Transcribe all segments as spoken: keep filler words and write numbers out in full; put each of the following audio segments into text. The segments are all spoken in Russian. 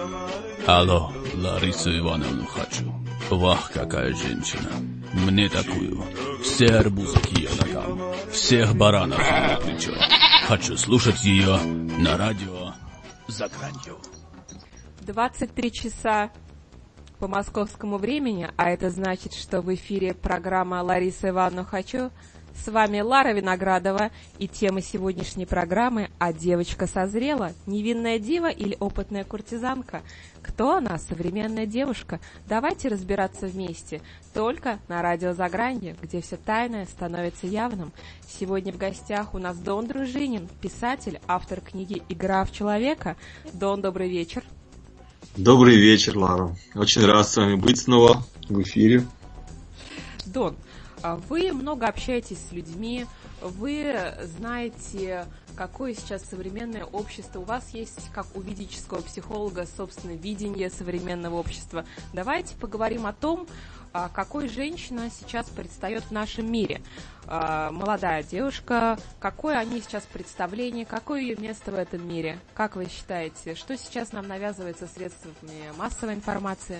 Алло, Ларису Ивановну хочу. Вах, какая женщина. Мне такую. Все арбузы к ее ногам. Всех баранов на плечо. Хочу слушать ее на радио «За гранью». двадцать три часа по московскому времени, а это значит, что в эфире программа «Лариса Ивановна хочу». С вами Лара Виноградова, и тема сегодняшней программы «А девочка созрела? Невинная дива или опытная куртизанка?» Кто она, современная девушка? Давайте разбираться вместе, только на радио «За гранью», где все тайное становится явным. Сегодня в гостях у нас Дон Дружинин, писатель, автор книги «Игра в человека». Дон, добрый вечер. Добрый вечер, Лара. Очень рад с вами быть снова в эфире. Дон, вы много общаетесь с людьми, вы знаете, какое сейчас современное общество. У вас есть, как у ведического психолога, собственное видение современного общества. Давайте поговорим о том, какой женщина сейчас предстает в нашем мире. Молодая девушка, какое о ней сейчас представление, какое ее место в этом мире? Как вы считаете, что сейчас нам навязывается средствами массовой информации?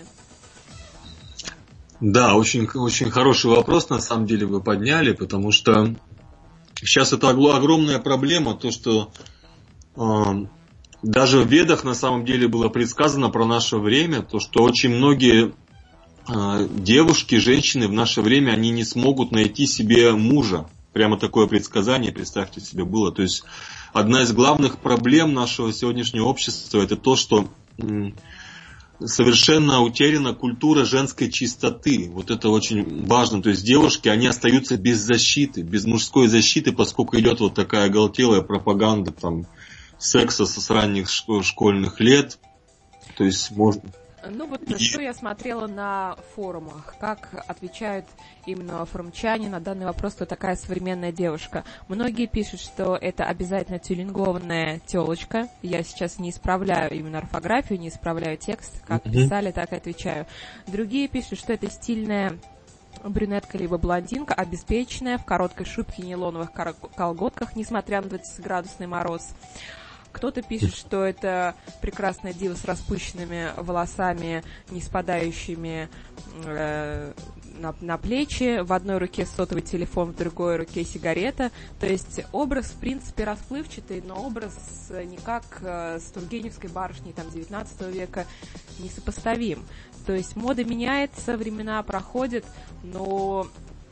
Да, очень, очень хороший вопрос, на самом деле, вы подняли, потому что сейчас это огромная проблема, то, что э, даже в Ведах на самом деле было предсказано про наше время, то, что очень многие э, девушки, женщины в наше время, они не смогут найти себе мужа. Прямо такое предсказание, представьте себе, было. То есть одна из главных проблем нашего сегодняшнего общества, это то, что... Э, совершенно утеряна культура женской чистоты. Вот это очень важно. То есть девушки, они остаются без защиты, без мужской защиты, поскольку идет вот такая оголтелая пропаганда там, секса с ранних школьных лет. То есть можно... Ну вот И... что я смотрела на форумах, как отвечают именно форумчане на данный вопрос, кто такая современная девушка. Многие пишут, что это обязательно тюнингованная телочка. Я сейчас не исправляю именно орфографию, не исправляю текст, как mm-hmm. писали, так и отвечаю. Другие пишут, что это стильная брюнетка либо блондинка, обеспеченная, в короткой шубке и нейлоновых колготках, несмотря на двадцатиградусный мороз. Кто-то пишет, что это прекрасная дива с распущенными волосами, не спадающими э, на, на плечи. В одной руке сотовый телефон, в другой руке сигарета. То есть образ, в принципе, расплывчатый, но образ никак э, с Тургеневской барышней там, девятнадцатого века несопоставим. То есть мода меняется, времена проходят, но...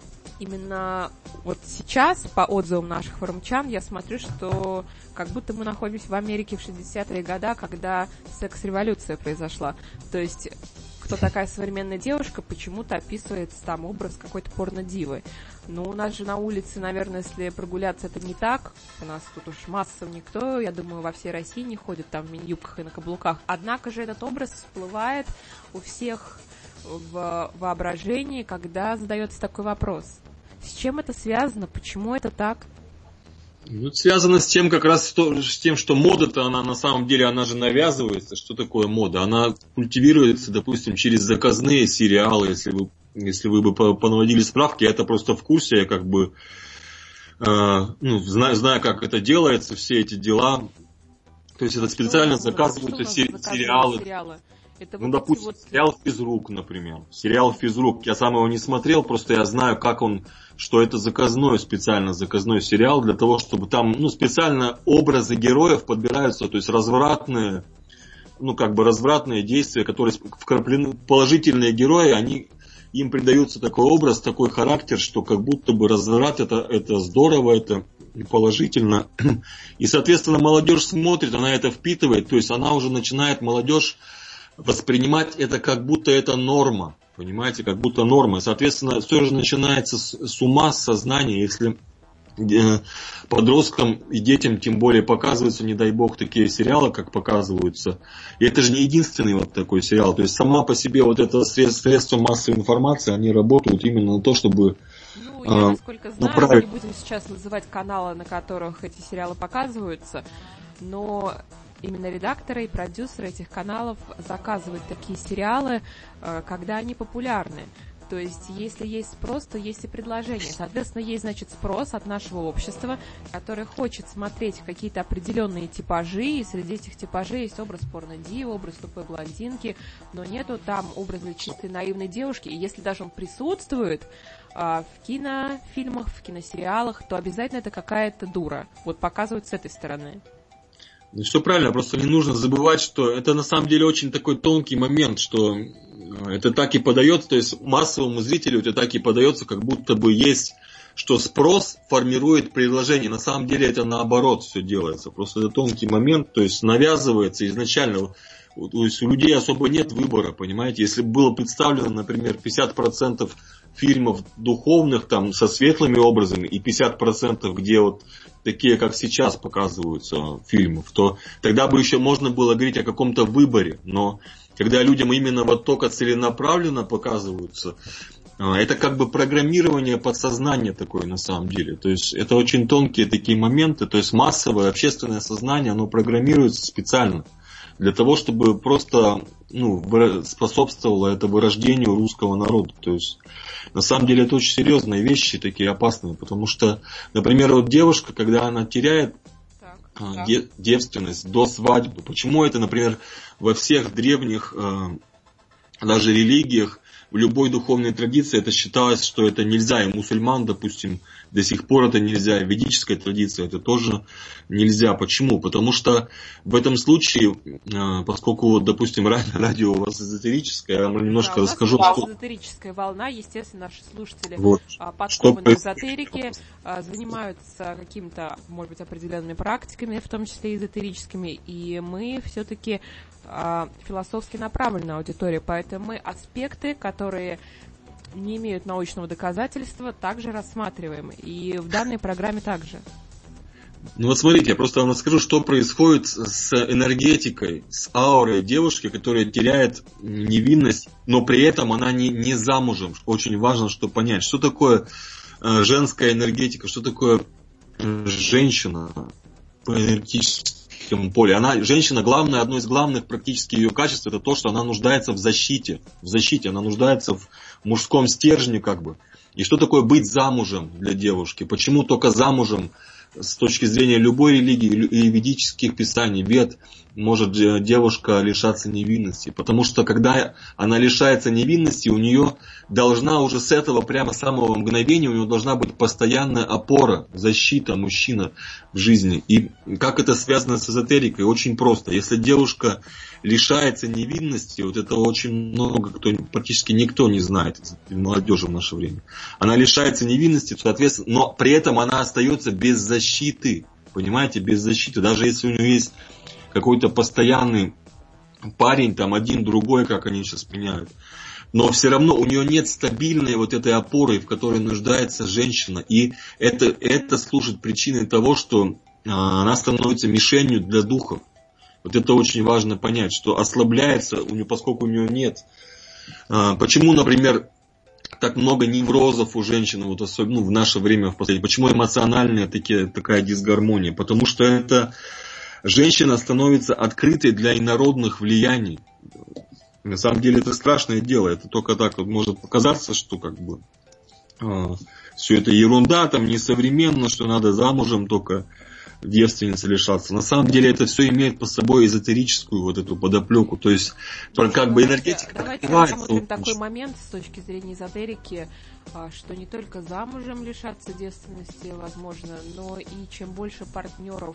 Именно вот сейчас, по отзывам наших форумчан, я смотрю, что как будто мы находимся в Америке в шестидесятые годы, когда секс-революция произошла. То есть, кто такая современная девушка, почему-то описывается там образ какой-то порнодивы. Но у нас же на улице, наверное, если прогуляться, это не так. У нас тут уж массово никто, я думаю, во всей России не ходит там в мини-юбках и на каблуках. Однако же этот образ всплывает у всех в воображении, когда задается такой вопрос. С чем это связано? Почему это так? Ну, связано с тем, как раз с тем, что мода-то, она на самом деле, она же навязывается. Что такое мода? Она культивируется, допустим, через заказные сериалы. Если вы, если вы бы понаводили справки, я это просто в курсе, я как бы, э, ну, знаю, знаю, как это делается, все эти дела. То есть это специально что заказываются сери- сериалы. сериалы? Это ну, вот допустим, вот... сериал «Физрук», например. Сериал «Физрук». Я сам его не смотрел, просто я знаю, как он, что это заказной, специально заказной сериал, для того, чтобы там, ну, специально образы героев подбираются, то есть развратные, ну, как бы развратные действия, которые вкраплены, положительные герои, они, им придается такой образ, такой характер, что как будто бы разврат, это, это здорово, это положительно. И, соответственно, молодежь смотрит, она это впитывает, то есть она уже начинает, молодежь, воспринимать это как будто это норма, понимаете, как будто норма. Соответственно, все же начинается с, с ума, с сознания. Если э, подросткам и детям тем более показываются, не дай бог, такие сериалы, как показываются. И это же не единственный вот такой сериал. То есть сама по себе вот это средство, средства массовой информации, они работают именно на то, чтобы... Ну, я, насколько знаю, направить... мы не будем сейчас называть каналы, на которых эти сериалы показываются, но... Именно редакторы и продюсеры этих каналов заказывают такие сериалы, когда они популярны. То есть, если есть спрос, то есть и предложение. Соответственно, есть, значит, спрос от нашего общества, которое хочет смотреть какие-то определенные типажи, и среди этих типажей есть образ порно-дивы, образ тупой блондинки, но нету там образа чистой наивной девушки, и если даже он присутствует а, в кинофильмах, в киносериалах, то обязательно это какая-то дура. Вот показывают с этой стороны. Ну, все правильно, просто не нужно забывать, что это на самом деле очень такой тонкий момент, что это так и подается, то есть массовому зрителю это так и подается, как будто бы есть, что спрос формирует предложение. На самом деле это наоборот все делается. Просто это тонкий момент, то есть навязывается изначально. То есть у людей особо нет выбора, понимаете. Если бы было представлено, например, пятьдесят процентов фильмов духовных там со светлыми образами и пятьдесят процентов, где вот такие, как сейчас показываются фильмов, то тогда бы еще можно было говорить о каком-то выборе. Но когда людям именно вот только целенаправленно показываются, это как бы программирование подсознания такое на самом деле. То есть это очень тонкие такие моменты. То есть массовое общественное сознание, оно программируется специально для того, чтобы просто ну, способствовало это вырождению русского народа. То есть на самом деле это очень серьезные вещи, такие опасные. Потому что, например, вот девушка, когда она теряет так, де- так. девственность до свадьбы, почему это, например, во всех древних даже религиях, в любой духовной традиции это считалось, что это нельзя. И мусульман, допустим, до сих пор это нельзя. И в ведической традиции это тоже нельзя. Почему? Потому что в этом случае, поскольку, допустим, радио у вас эзотерическое, я вам немножко да, расскажу. У нас что... эзотерическая волна, естественно, наши слушатели вот. подкованы эзотерики, занимаются какими-то, может быть, определенными практиками, в том числе эзотерическими. И мы все-таки философски направленная аудитория, поэтому мы аспекты, которые не имеют научного доказательства, также рассматриваем. И в данной программе также. Ну вот смотрите, я просто вам расскажу, что происходит с энергетикой, с аурой девушки, которая теряет невинность, но при этом она не, не замужем. Очень важно, что понять, что такое женская энергетика, что такое женщина по энергетическому поле. Она, женщина, главное, одно из главных практически ее качеств, это то, что она нуждается в защите. В защите, она нуждается в мужском стержне, как бы. И что такое быть замужем для девушки? Почему только замужем с точки зрения любой религии и ведических писаний, вед, может девушка лишаться невинности? Потому что когда она лишается невинности, у нее должна уже с этого прямо самого мгновения, у нее должна быть постоянная опора, защита мужчина в жизни. И как это связано с эзотерикой? Очень просто. Если девушка лишается невинности, вот это очень много, кто, практически никто не знает, молодежи в наше время. Она лишается невинности, соответственно, но при этом она остается без защиты. Понимаете, без защиты. Даже если у нее есть какой-то постоянный парень, там один, другой, как они сейчас меняют. Но все равно у нее нет стабильной вот этой опоры, в которой нуждается женщина. И это, это служит причиной того, что а, она становится мишенью для духов. Вот это очень важно понять, что ослабляется, у нее, поскольку у нее нет. А, почему, например, так много неврозов у женщин, вот особенно ну, в наше время, в последнее. Почему эмоциональная такие, такая дисгармония? Потому что это женщина становится открытой для инородных влияний. На самом деле это страшное дело. Это только так вот может показаться, что как бы э, все это ерунда, там несовременно, что надо замужем только девственницы лишаться. На самом деле это все имеет под собой эзотерическую вот эту подоплеку. То есть как давайте, бы энергетика. Давайте рассмотрим такой момент с точки зрения эзотерики, что не только замужем лишаться девственности возможно, но и чем больше партнеров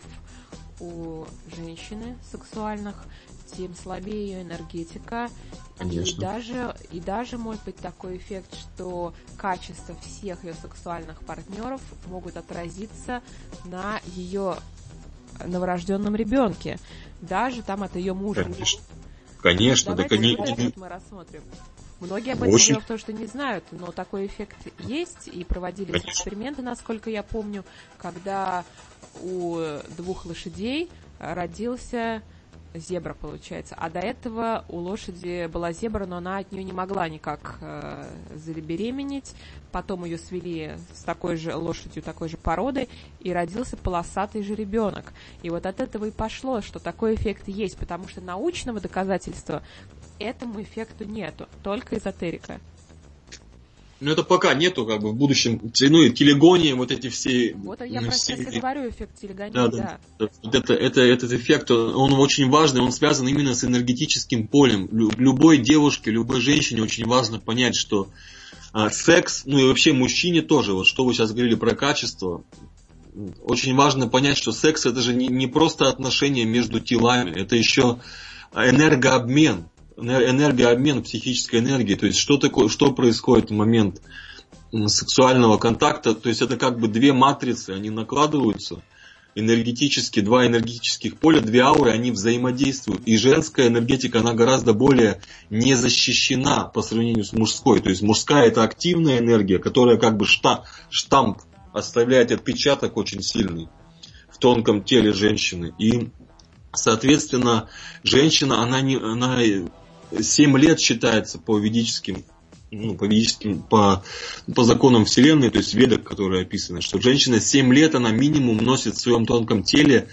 у женщины сексуальных, тем слабее ее энергетика. Конечно. И даже, и даже может быть такой эффект, что качество всех ее сексуальных партнеров могут отразиться на ее новорожденном ребенке. Даже там от ее мужа. Конечно. Конечно. Давайте так они... мы рассмотрим. Многие об этом Очень... дело в том, что не знают, но такой эффект есть, и проводились Конечно. эксперименты, насколько я помню, когда у двух лошадей родился зебра, получается. А до этого у лошади была зебра, но она от нее не могла никак э, забеременеть. Потом ее свели с такой же лошадью, такой же породы, и родился полосатый же ребенок. И вот от этого и пошло, что такой эффект есть, потому что научного доказательства этому эффекту нету, только эзотерика. Ну, это пока нету, как бы, в будущем, ну, и телегонии, вот эти все... Вот я ну, про все... это говорю, эффект телегонии, да. да. да. Вот это, это, этот эффект, он, он очень важный, он связан именно с энергетическим полем. Лю, любой девушке, любой женщине очень важно понять, что а, секс, ну, и вообще мужчине тоже, вот что вы сейчас говорили про качество, очень важно понять, что секс это же не, не просто отношения между телами, это еще энергообмен. Энергообмен психической энергии, то есть что такое, что происходит в момент сексуального контакта, то есть это как бы две матрицы, они накладываются энергетически, два энергетических поля, две ауры, они взаимодействуют, и женская энергетика, она гораздо более не защищена по сравнению с мужской, то есть мужская это активная энергия, которая как бы штамп оставляет отпечаток очень сильный в тонком теле женщины, и соответственно женщина, она не, она семь лет считается по ведическим, ну, по ведическим, по, по законам Вселенной, то есть в ведах, которые описаны, что женщина семь лет, она минимум носит в своем тонком теле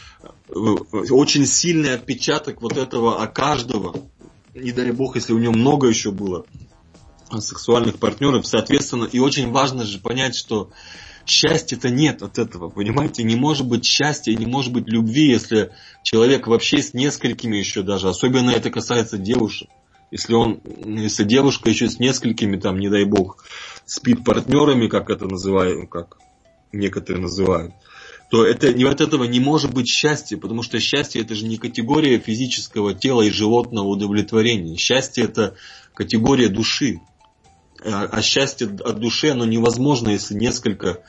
очень сильный отпечаток вот этого о каждого. Не дай бог, если у нее много еще было сексуальных партнеров, соответственно, и очень важно же понять, что счастья-то нет от этого, понимаете? Не может быть счастья, не может быть любви, если человек вообще с несколькими еще даже, особенно это касается девушек. Если он, если девушка еще с несколькими, там, не дай бог, спит партнерами, как это называют, как некоторые называют, то это, от этого не может быть счастья, потому что счастье это же не категория физического тела и животного удовлетворения. Счастье это категория души. А счастье от души, оно невозможно, если несколько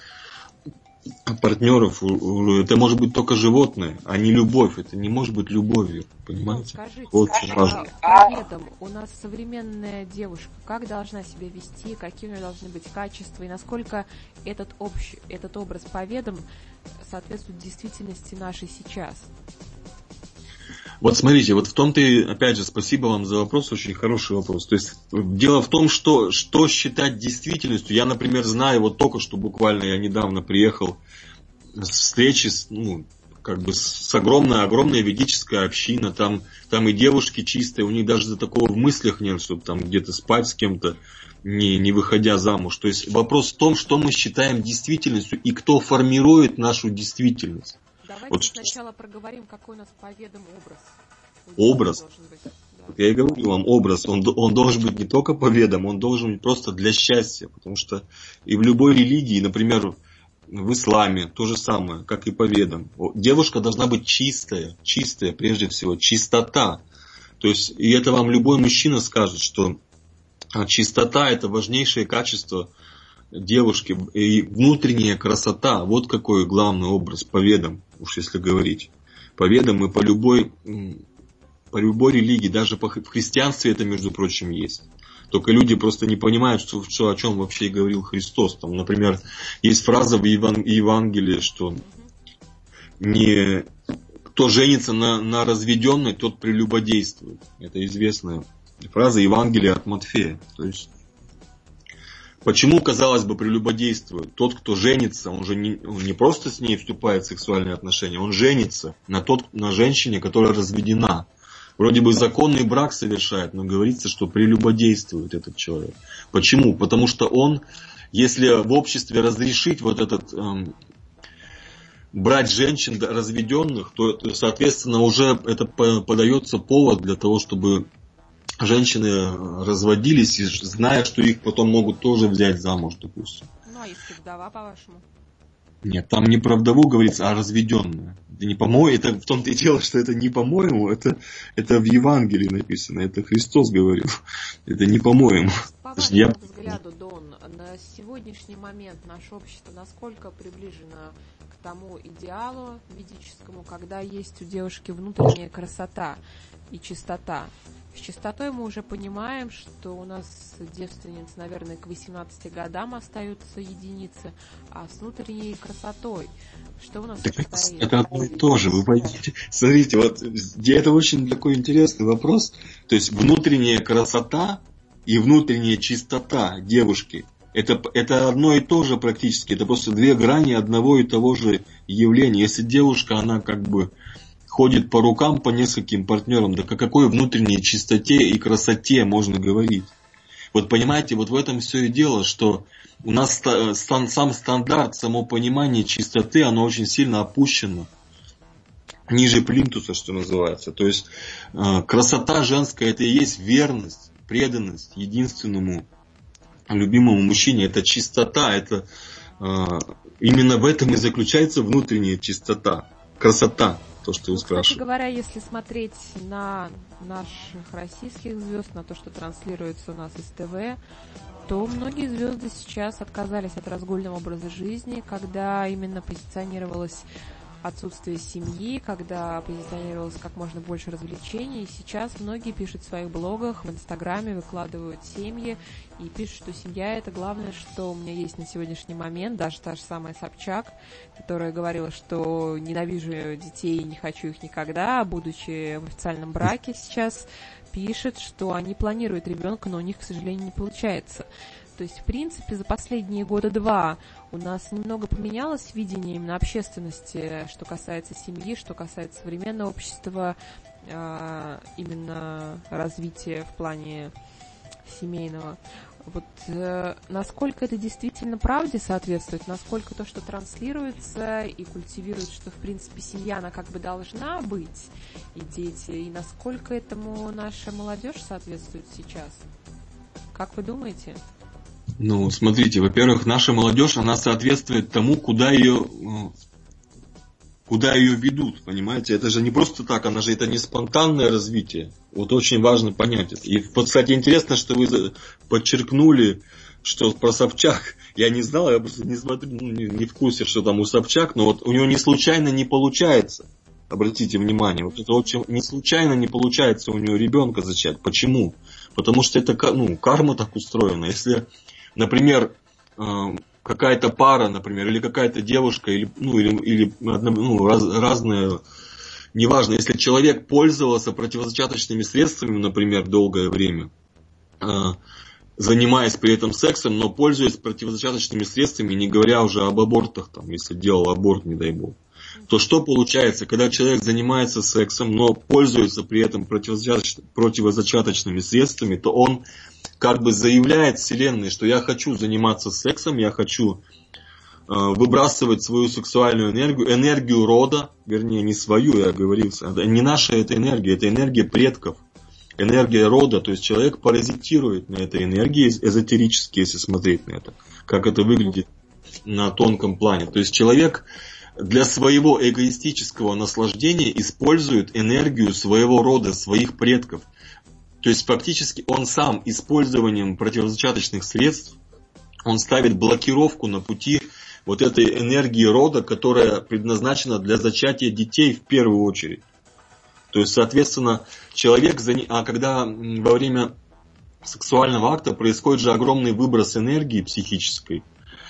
партнеров. Это может быть только животное, а не любовь. Это не может быть любовью, понимаете? Ну, скажите, очень важно. По ведам у нас современная девушка, как должна себя вести, какие у нее должны быть качества, и насколько этот, общий, этот образ по ведам соответствует действительности нашей сейчас? Вот смотрите, вот в том-то и, опять же, спасибо вам за вопрос, очень хороший вопрос. То есть дело в том, что, что считать действительностью. Я, например, знаю, вот только что буквально я недавно приехал с встречи с, ну, как бы с огромной, огромной ведической общиной. Там, там и девушки чистые, у них даже такого в мыслях нет, чтобы там где-то спать с кем-то, не, не выходя замуж. То есть вопрос в том, что мы считаем действительностью и кто формирует нашу действительность. Давайте вот сначала проговорим, какой у нас по ведам образ. Образ? Да. Я и говорю вам, образ, он, он должен быть не только по ведам, он должен быть просто для счастья. Потому что и в любой религии, например, в исламе, то же самое, как и по ведам. Девушка должна быть чистая, чистая прежде всего, чистота. То есть, и это вам любой мужчина скажет, что чистота это важнейшее качество девушки, и внутренняя красота, вот какой главный образ по ведам, уж если говорить. По ведам и по любой, по любой религии, даже по, в христианстве это, между прочим, есть. Только люди просто не понимают, что, что, о чем вообще говорил Христос. Там, например, есть фраза в Еван, Евангелии, что не, кто женится на, на разведенной, тот прелюбодействует. Это известная фраза Евангелия от Матфея. То есть, почему, казалось бы, прелюбодействует? Тот, кто женится, он же не, он не просто с ней вступает в сексуальные отношения, он женится на, тот, на женщине, которая разведена. Вроде бы законный брак совершает, но говорится, что прелюбодействует этот человек. Почему? Потому что он, если в обществе разрешить вот этот эм, брать женщин разведенных, то, то соответственно уже это подается повод для того, чтобы женщины разводились, и зная, что их потом могут тоже взять замуж, допустим. Ну а если вдова, по-вашему? Нет, там не про вдову говорится, а разведенная. Это не по-моему, это в том-то и дело, что это не по-моему, это, это в Евангелии написано, это Христос говорил. Это не по-моему. По вашему Я... взгляду, Дон, на сегодняшний момент наше общество насколько приближено к тому идеалу ведическому, когда есть у девушки внутренняя красота и чистота? С чистотой мы уже понимаем, что у нас девственниц, наверное, к восемнадцати годам остаются единицы, а с внутренней красотой что у нас так стоит? Это одно и то же, вы поймите. Смотрите, вот это очень такой интересный вопрос. То есть внутренняя красота и внутренняя чистота девушки, это, это одно и то же практически. Это просто две грани одного и того же явления. Если девушка, она как бы ходит по рукам по нескольким партнерам, да о какой внутренней чистоте и красоте можно говорить? Вот понимаете, вот в этом все и дело, что у нас ста- сам, сам стандарт, само понимание чистоты, оно очень сильно опущено. Ниже плинтуса, что называется. То есть э, красота женская — это и есть верность, преданность единственному любимому мужчине. Это чистота, это э, именно в этом и заключается внутренняя чистота, красота. То, что вы Ну, спрашиваете. кстати говоря, если смотреть на наших российских звезд, на то, что транслируется у нас из ТВ, то многие звезды сейчас отказались от разгульного образа жизни, когда именно позиционировалось отсутствие семьи, когда позиционировалось как можно больше развлечений. И сейчас многие пишут в своих блогах, в Инстаграме, выкладывают семьи и пишут, что семья — это главное, что у меня есть на сегодняшний момент. Даже та же самая Собчак, которая говорила, что ненавижу детей и не хочу их никогда, будучи в официальном браке сейчас, пишет, что они планируют ребенка, но у них, к сожалению, не получается. То есть, в принципе, за последние года два у нас немного поменялось видение именно общественности, что касается семьи, что касается современного общества, именно развития в плане семейного. Вот э, насколько это действительно правде соответствует, насколько то, что транслируется и культивирует, что, в принципе, семья, она как бы должна быть, и дети, и насколько этому наша молодежь соответствует сейчас? Как вы думаете? Ну, смотрите, во-первых, наша молодежь, она соответствует тому, куда ее, куда ее ведут, понимаете? Это же не просто так, она же, это не спонтанное развитие. Вот очень важно понять это. И, кстати, интересно, что вы подчеркнули, что про Собчак, я не знал, я просто не смотрю, ну, не, не в курсе, что там у Собчак, но вот у него не случайно не получается. Обратите внимание, вот это очень не случайно не получается у него ребенка зачать. Почему? Потому что это, ну, карма так устроена. Если, например, какая-то пара, например, или какая-то девушка, или, ну, или, или ну, раз, разные, неважно, если человек пользовался противозачаточными средствами, например, долгое время, занимаясь при этом сексом, но пользуясь противозачаточными средствами, не говоря уже об абортах, там, если делал аборт, не дай бог, то что получается, когда человек занимается сексом, но пользуется при этом противозачаточ... противозачаточными средствами, то он как бы заявляет Вселенной, что я хочу заниматься сексом, я хочу э, выбрасывать свою сексуальную энергию, энергию рода, вернее не свою, я оговорился, не наша эта энергия, это энергия предков, энергия рода, то есть человек паразитирует на этой энергии эзотерически, если смотреть на это, как это выглядит на тонком плане. То есть человек для своего эгоистического наслаждения использует энергию своего рода, своих предков. То есть фактически он сам использованием противозачаточных средств, он ставит блокировку на пути вот этой энергии рода, которая предназначена для зачатия детей в первую очередь. То есть, соответственно, человек, а когда во время сексуального акта происходит же огромный выброс энергии психической,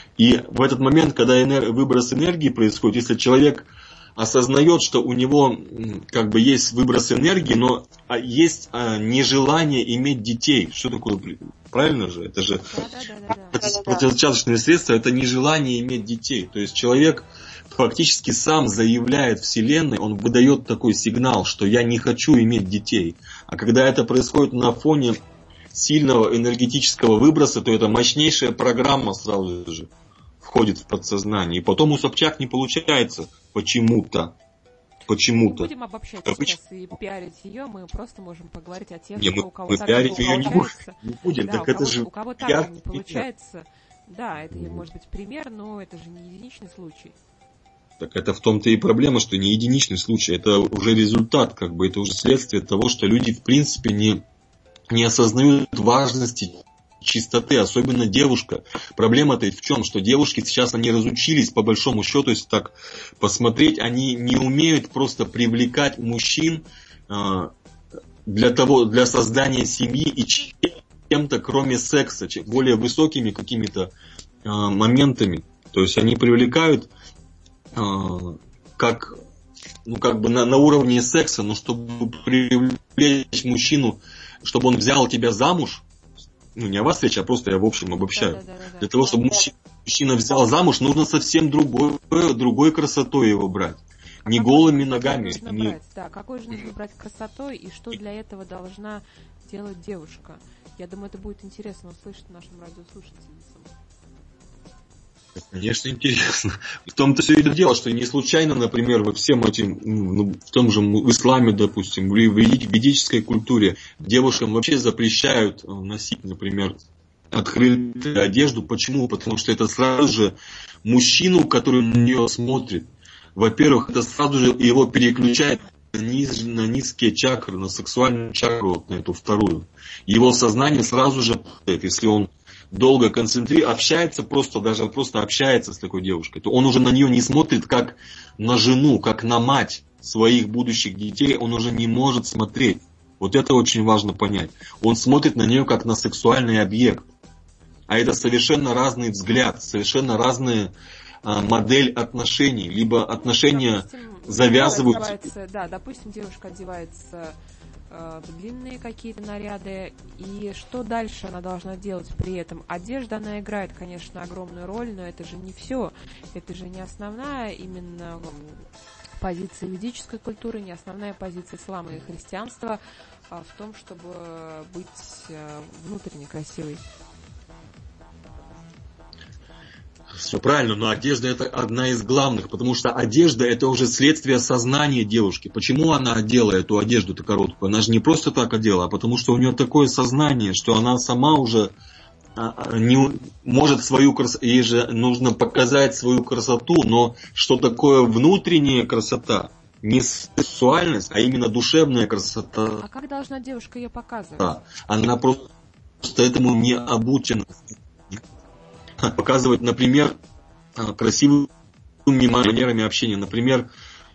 и в этот момент, когда энер... выброс энергии происходит, если человек осознает, что у него как бы есть выброс энергии, но есть а, нежелание иметь детей. Что такое? Правильно же? Это же да, да, да, да. противозачаточные средства, это нежелание иметь детей. То есть человек фактически сам заявляет Вселенной, он выдает такой сигнал, что я не хочу иметь детей. А когда это происходит на фоне сильного энергетического выброса, то это мощнейшая программа сразу же входит в подсознание. И потом у Собчак не получается почему-то. Почему-то. Не будем обобщать Обыч... сейчас и пиарить ее, мы просто можем поговорить о тех, не, мы, у кого мы так пиарить не ее не получается. будем. Не будем. Да, Так у, это кого, же у кого так пиар... не получается. Да, это может быть пример, но это же не единичный случай. Так это в том-то и проблема, что не единичный случай. Это уже результат, как бы это уже следствие того, что люди в принципе не, не осознают важности чистоты, особенно девушка. Проблема-то в чем? Что девушки сейчас, они разучились, по большому счету, если так посмотреть, они не умеют просто привлекать мужчин э, для того, для создания семьи и чем-то, кроме секса, более высокими какими-то э, моментами. То есть они привлекают э, как, ну, как бы на, на уровне секса, но чтобы привлечь мужчину, чтобы он взял тебя замуж, ну, не о вас речь, а просто я в общем обобщаю. Да, да, да, да. Для того, чтобы мужчина, мужчина взял замуж, нужно совсем другой, другой красотой его брать. А не голыми ногами. Не... Брать? Да, какой же нужно брать красотой и что для этого должна делать девушка? Я думаю, это будет интересно услышать нашим радиослушательницам. Конечно, интересно. В том-то все это дело, что не случайно, например, во всем этим, ну, в том же в исламе, допустим, в ведической культуре девушкам вообще запрещают носить, например, открытую одежду. Почему? Потому что это сразу же мужчину, который на нее смотрит, во-первых, это сразу же его переключает на, низ, на низкие чакры, на сексуальную чакру, вот на эту вторую. Его сознание сразу же, если он долго концентрирует, общается, просто даже просто общается с такой девушкой, то он уже на нее не смотрит как на жену, как на мать своих будущих детей, он уже не может смотреть. Вот это очень важно понять. Он смотрит на нее как на сексуальный объект. А это совершенно разный взгляд, совершенно разная а, модель отношений. Либо отношения допустим, завязываются... Да, допустим, девушка одевается в длинные какие-то наряды, и что дальше она должна делать при этом? Одежда, она играет, конечно, огромную роль, но это же не все, это же не основная именно позиция ведической культуры, не основная позиция ислама и христианства а в том, чтобы быть внутренне красивой. Все правильно, но одежда это одна из главных, потому что одежда это уже следствие сознания девушки. Почему она одела эту одежду-то короткую? Она же не просто так одела, а потому что у нее такое сознание, что она сама уже не может свою красоту, ей же нужно показать свою красоту, но что такое внутренняя красота? Не сексуальность, а именно душевная красота. А как должна девушка ее показывать? Да. Она просто этому не обучена. Показывать, например, красивыми манерами общения. Например,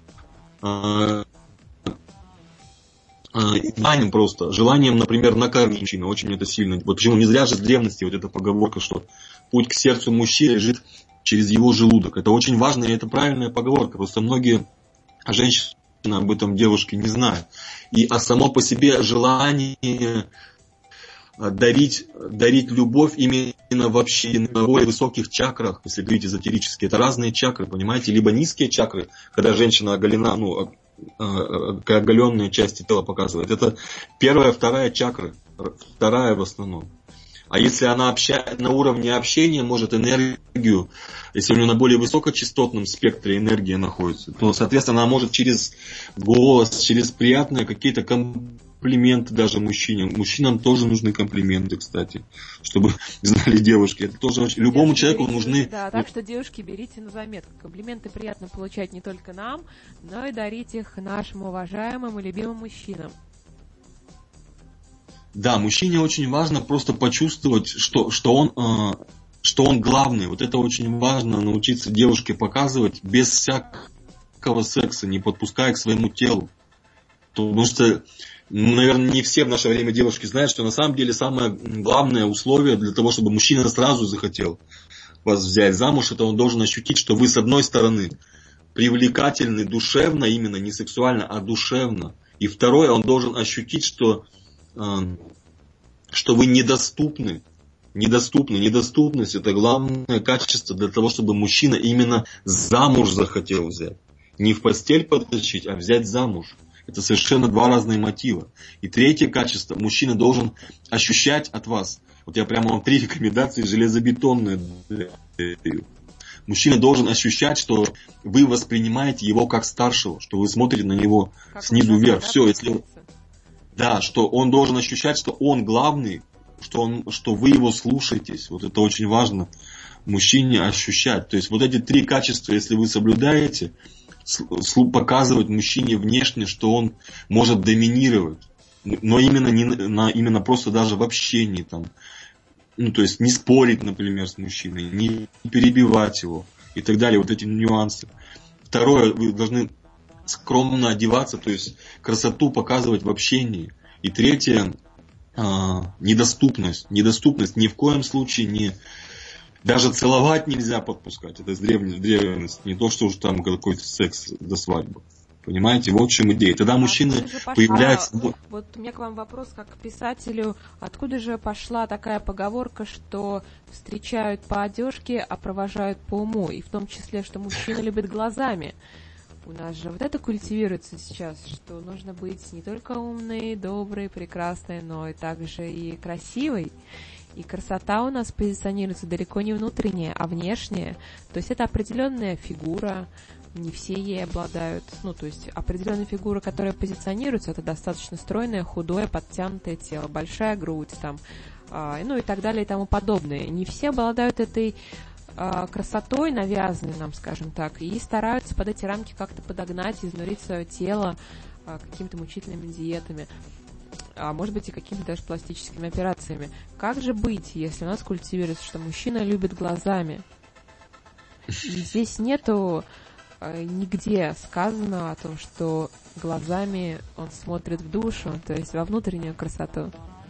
желанием просто, желанием, например, накормить мужчину. Очень это сильно. Вот почему не зря же с древности вот эта поговорка, что путь к сердцу мужчины лежит через его желудок. Это очень важно, и это правильная поговорка. Просто многие женщины об этом девушки не знают. И а само по себе желание дарить, дарить любовь именно вообще на более высоких чакрах, если говорить эзотерически. Это разные чакры, понимаете? Либо низкие чакры, когда женщина оголена, ну, оголенные части тела показывает. Это первая, вторая чакры, вторая в основном. А если она обща... на уровне общения может энергию, если у нее на более высокочастотном спектре энергия находится, то, соответственно, она может через голос, через приятные какие-то комплименты даже мужчинам. Мужчинам тоже нужны комплименты, кстати, чтобы знали девушки. Это тоже очень... любому девушки, человеку берите, нужны... Да, так что, девушки, берите на заметку. Комплименты приятно получать не только нам, но и дарить их нашим уважаемым и любимым мужчинам. Да, мужчине очень важно просто почувствовать, что, что, он, э, что он главный. Вот это очень важно научиться девушке показывать без всякого секса, не подпуская к своему телу. Потому что, ну, наверное, не все в наше время девушки знают, что на самом деле самое главное условие для того, чтобы мужчина сразу захотел вас взять замуж, это он должен ощутить, что вы с одной стороны привлекательны душевно, именно не сексуально, а душевно. И второе, он должен ощутить, что... что вы недоступны. Недоступны. Недоступность это главное качество для того, чтобы мужчина именно замуж захотел взять. Не в постель потащить, а взять замуж. Это совершенно два разные мотива. И третье качество. Мужчина должен ощущать от вас. Вот я прямо вам три рекомендации железобетонные даю. Мужчина должен ощущать, что вы воспринимаете его как старшего, что вы смотрите на него как снизу вверх. Все, если... Да, что он должен ощущать, что он главный, что, он, что вы его слушаетесь. Вот это очень важно мужчине ощущать. То есть вот эти три качества, если вы соблюдаете, показывать мужчине внешне, что он может доминировать. Но именно, не, на, именно просто даже в общении. Там, ну, то есть не спорить, например, с мужчиной, не перебивать его и так далее. Вот эти нюансы. Второе, вы должны... скромно одеваться, то есть красоту показывать в общении. И третье, э, недоступность. Недоступность ни в коем случае не... Даже целовать нельзя подпускать. Это с древности. Не то, что уж там какой-то секс до свадьбы. Понимаете? Вот в чем идея. Тогда а мужчины появляются... Вот у меня к вам вопрос как к писателю. Откуда же пошла такая поговорка, что встречают по одежке, а провожают по уму? И в том числе, что мужчина любит глазами. У нас же вот это культивируется сейчас, что нужно быть не только умной, доброй, прекрасной, но и также и красивой. И красота у нас позиционируется далеко не внутренняя, а внешняя. То есть это определенная фигура, не все ей обладают. Ну, то есть определенная фигура, которая позиционируется, это достаточно стройное, худое, подтянутое тело, большая грудь, там, а, ну и так далее и тому подобное. Не все обладают этой а, красотой, навязанной нам, скажем так, и стараются под эти рамки как-то подогнать, изнурить свое тело а, какими-то мучительными диетами, а может быть и какими-то даже пластическими операциями. Как же быть, если у нас культивируется, что мужчина любит глазами? И здесь нету э, нигде сказано о том, что глазами он смотрит в душу, то есть во внутреннюю красоту.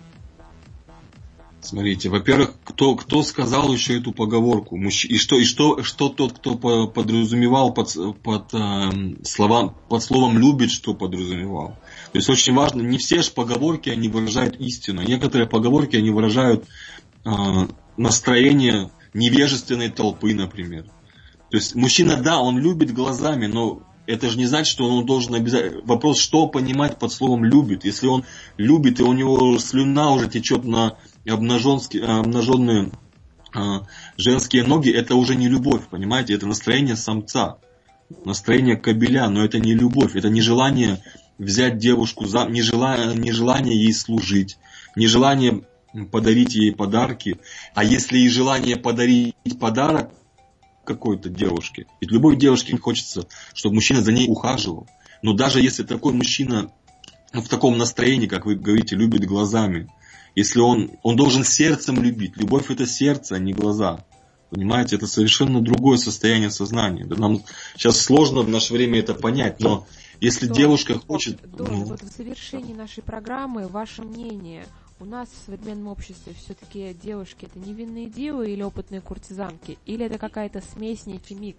Смотрите, во-первых, кто, кто сказал еще эту поговорку? Мужч... И, что, и что, что тот, кто подразумевал под, под, э, словам, под словом «любит», что подразумевал? То есть очень важно, не все же поговорки, они выражают истину. Некоторые поговорки, они выражают э, настроение невежественной толпы, например. То есть мужчина, да, он любит глазами, но это же не значит, что он должен обязательно... Вопрос, что понимать под словом «любит». Если он любит, и у него слюна уже течет на обнаженные э, женские ноги, это уже не любовь, понимаете? Это настроение самца, настроение кобеля, но это не любовь, это не желание взять девушку, за, не, желание, не желание ей служить, не желание подарить ей подарки, а если и желание подарить подарок какой-то девушке, ведь любой девушке хочется, чтобы мужчина за ней ухаживал, но даже если такой мужчина в таком настроении, как вы говорите, любит глазами, если он, он должен сердцем любить. Любовь — это сердце, а не глаза. Понимаете, это совершенно другое состояние сознания. Да, нам сейчас сложно в наше время это понять, но если Дон, девушка хочет... Дон, ну... вот в завершении нашей программы ваше мнение. У нас в современном обществе все-таки девушки — это невинные девы или опытные куртизанки? Или это какая-то смесь, некий микс?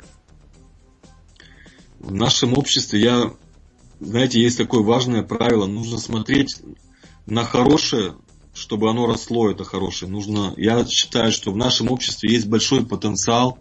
В нашем обществе, я, знаете, есть такое важное правило. Нужно смотреть на хорошее, чтобы оно росло, это хорошее. Нужно, я считаю, что в нашем обществе есть большой потенциал.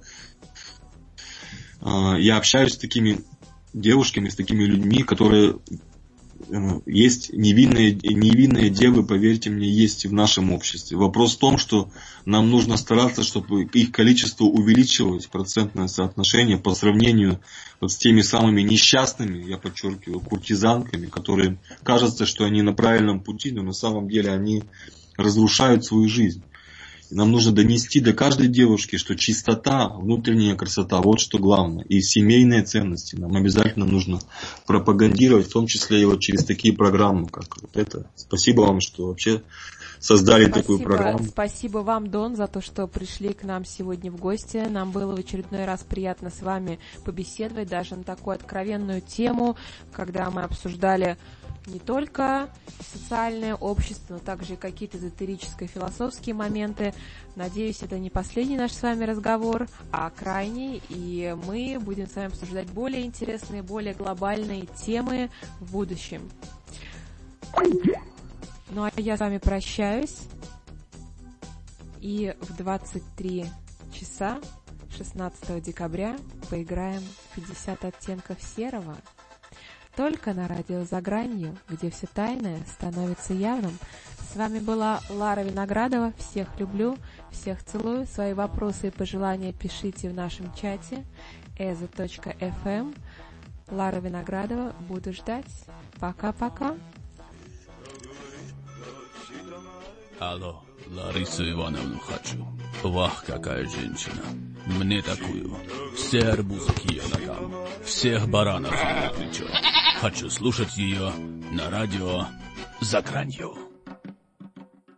Я общаюсь с такими девушками, с такими людьми, которые есть невинные, невинные девы, поверьте мне, есть и в нашем обществе. Вопрос в том, что нам нужно стараться, чтобы их количество увеличивалось, процентное соотношение по сравнению вот с теми самыми несчастными, я подчеркиваю, куртизанками, которые кажется, что они на правильном пути, но на самом деле они разрушают свою жизнь. И нам нужно донести до каждой девушки, что чистота, внутренняя красота, вот что главное. И семейные ценности нам обязательно нужно пропагандировать, в том числе и вот через такие программы, как вот это. Спасибо вам, что вообще создали спасибо, такую программу. Спасибо вам, Дон, за то, что пришли к нам сегодня в гости. Нам было в очередной раз приятно с вами побеседовать даже на такую откровенную тему, когда мы обсуждали не только социальное общество, но также и какие-то эзотерические, философские моменты. Надеюсь, это не последний наш с вами разговор, а крайний, и мы будем с вами обсуждать более интересные, более глобальные темы в будущем. Ну а я с вами прощаюсь, и в двадцать три часа шестнадцатого декабря поиграем в пятьдесят оттенков серого. Только на радио «За гранью», где все тайное становится явным. С вами была Лара Виноградова. Всех люблю, всех целую. Свои вопросы и пожелания пишите в нашем чате эзо точка эф эм. Лара Виноградова. Буду ждать. Пока-пока. Алло, Ларису Ивановну хочу. Вах, какая женщина. Мне такую. Все арбузы к ее ногам. Всех баранов на плечо. Хочу слушать ее на радио «За гранью».